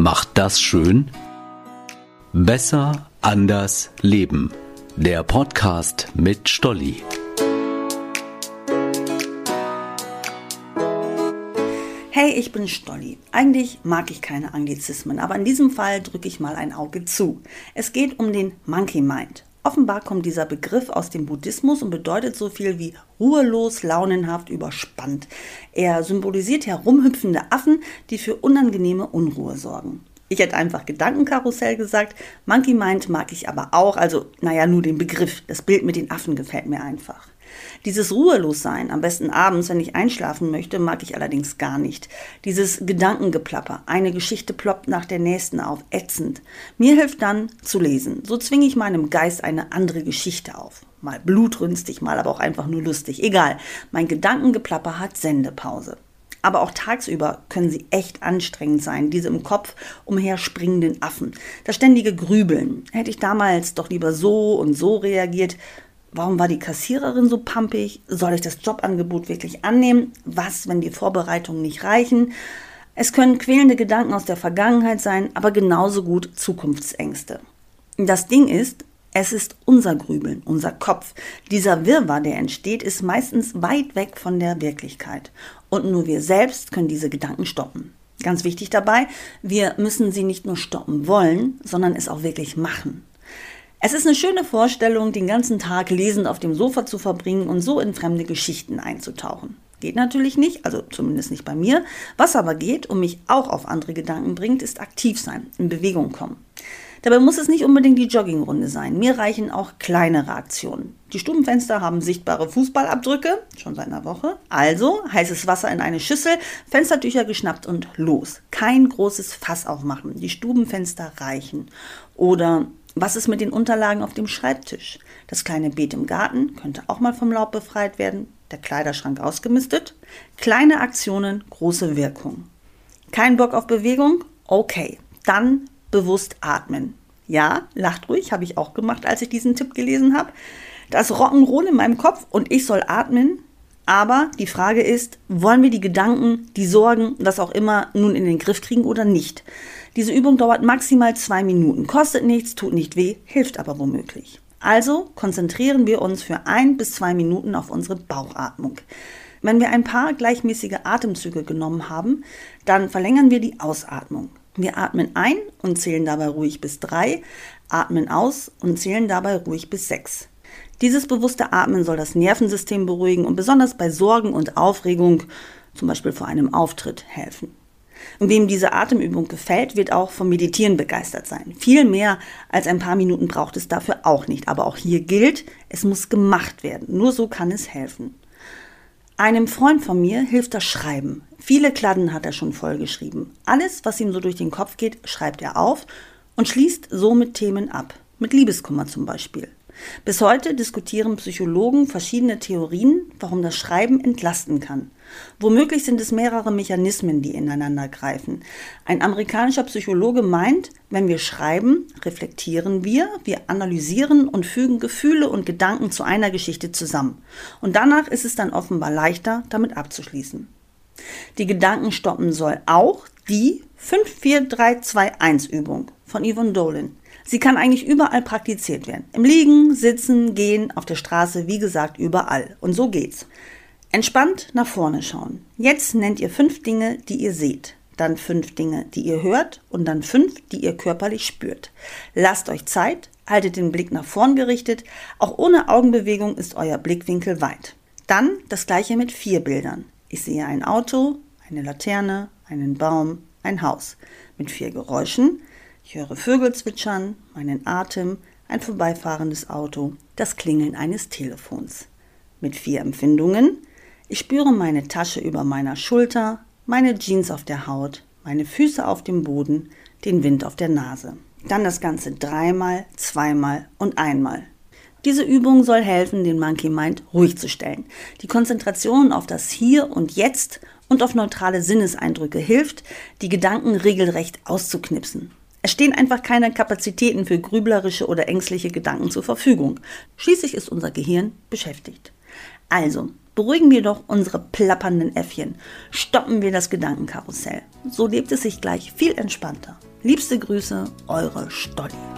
Macht das schön? Besser, anders, leben. Der Podcast mit Stolli. Hey, ich bin Stolli. Eigentlich mag ich keine Anglizismen, aber in diesem Fall drücke ich mal ein Auge zu. Es geht um den Monkey Mind. Offenbar kommt dieser Begriff aus dem Buddhismus und bedeutet so viel wie ruhelos, launenhaft, überspannt. Er symbolisiert herumhüpfende Affen, die für unangenehme Unruhe sorgen. Ich hätte einfach Gedankenkarussell gesagt, Monkey Mind mag ich aber auch, nur den Begriff. Das Bild mit den Affen gefällt mir einfach. Dieses Ruhelossein, am besten abends, wenn ich einschlafen möchte, mag ich allerdings gar nicht. Dieses Gedankengeplapper, eine Geschichte ploppt nach der nächsten auf, ätzend. Mir hilft dann zu lesen. So zwinge ich meinem Geist eine andere Geschichte auf. Mal blutrünstig, mal aber auch einfach nur lustig. Egal, mein Gedankengeplapper hat Sendepause. Aber auch tagsüber können sie echt anstrengend sein, diese im Kopf umherspringenden Affen. Das ständige Grübeln. Hätte ich damals doch lieber so und so reagiert. Warum war die Kassiererin so pampig? Soll ich das Jobangebot wirklich annehmen? Was, wenn die Vorbereitungen nicht reichen? Es können quälende Gedanken aus der Vergangenheit sein, aber genauso gut Zukunftsängste. Das Ding ist, es ist unser Grübeln, unser Kopf. Dieser Wirrwarr, der entsteht, ist meistens weit weg von der Wirklichkeit. Und nur wir selbst können diese Gedanken stoppen. Ganz wichtig dabei, wir müssen sie nicht nur stoppen wollen, sondern es auch wirklich machen. Es ist eine schöne Vorstellung, den ganzen Tag lesend auf dem Sofa zu verbringen und so in fremde Geschichten einzutauchen. Geht natürlich nicht, also zumindest nicht bei mir. Was aber geht und mich auch auf andere Gedanken bringt, ist aktiv sein, in Bewegung kommen. Dabei muss es nicht unbedingt die Joggingrunde sein. Mir reichen auch kleinere Aktionen. Die Stubenfenster haben sichtbare Fußballabdrücke, schon seit einer Woche. Also heißes Wasser in eine Schüssel, Fenstertücher geschnappt und los. Kein großes Fass aufmachen, die Stubenfenster reichen. Oder was ist mit den Unterlagen auf dem Schreibtisch? Das kleine Beet im Garten könnte auch mal vom Laub befreit werden, der Kleiderschrank ausgemistet. Kleine Aktionen, große Wirkung. Kein Bock auf Bewegung? Okay, dann bewusst atmen. Ja, lacht ruhig, habe ich auch gemacht, als ich diesen Tipp gelesen habe. Das Rock'n'Roll in meinem Kopf und ich soll atmen. Aber die Frage ist, wollen wir die Gedanken, die Sorgen, was auch immer, nun in den Griff kriegen oder nicht? Diese Übung dauert maximal 2 Minuten, kostet nichts, tut nicht weh, hilft aber womöglich. Also konzentrieren wir uns für 1 bis 2 Minuten auf unsere Bauchatmung. Wenn wir ein paar gleichmäßige Atemzüge genommen haben, dann verlängern wir die Ausatmung. Wir atmen ein und zählen dabei ruhig bis 3, atmen aus und zählen dabei ruhig bis 6. Dieses bewusste Atmen soll das Nervensystem beruhigen und besonders bei Sorgen und Aufregung, zum Beispiel vor einem Auftritt, helfen. Und wem diese Atemübung gefällt, wird auch vom Meditieren begeistert sein. Viel mehr als ein paar Minuten braucht es dafür auch nicht. Aber auch hier gilt, es muss gemacht werden. Nur so kann es helfen. Einem Freund von mir hilft das Schreiben. Viele Kladden hat er schon vollgeschrieben. Alles, was ihm so durch den Kopf geht, schreibt er auf und schließt somit Themen ab. Mit Liebeskummer zum Beispiel. Bis heute diskutieren Psychologen verschiedene Theorien, warum das Schreiben entlasten kann. Womöglich sind es mehrere Mechanismen, die ineinander greifen. Ein amerikanischer Psychologe meint, wenn wir schreiben, reflektieren wir analysieren und fügen Gefühle und Gedanken zu einer Geschichte zusammen. Und danach ist es dann offenbar leichter, damit abzuschließen. Die Gedanken stoppen soll auch die 5-4-3-2-1-Übung von Yvonne Dolan. Sie kann eigentlich überall praktiziert werden. Im Liegen, Sitzen, Gehen, auf der Straße, wie gesagt, überall. Und so geht's. Entspannt nach vorne schauen. Jetzt nennt ihr 5 Dinge, die ihr seht. Dann 5 Dinge, die ihr hört. Und dann 5, die ihr körperlich spürt. Lasst euch Zeit, haltet den Blick nach vorn gerichtet. Auch ohne Augenbewegung ist euer Blickwinkel weit. Dann das gleiche mit 4 Bildern. Ich sehe ein Auto, eine Laterne, einen Baum, ein Haus. Mit 4 Geräuschen. Ich höre Vögel zwitschern, meinen Atem, ein vorbeifahrendes Auto, das Klingeln eines Telefons. Mit 4 Empfindungen. Ich spüre meine Tasche über meiner Schulter, meine Jeans auf der Haut, meine Füße auf dem Boden, den Wind auf der Nase. Dann das Ganze 3-mal, 2-mal und 1-mal. Diese Übung soll helfen, den Monkey Mind ruhig zu stellen. Die Konzentration auf das Hier und Jetzt und auf neutrale Sinneseindrücke hilft, die Gedanken regelrecht auszuknipsen. Es stehen einfach keine Kapazitäten für grüblerische oder ängstliche Gedanken zur Verfügung. Schließlich ist unser Gehirn beschäftigt. Also, beruhigen wir doch unsere plappernden Äffchen. Stoppen wir das Gedankenkarussell. So lebt es sich gleich viel entspannter. Liebste Grüße, eure Stolli.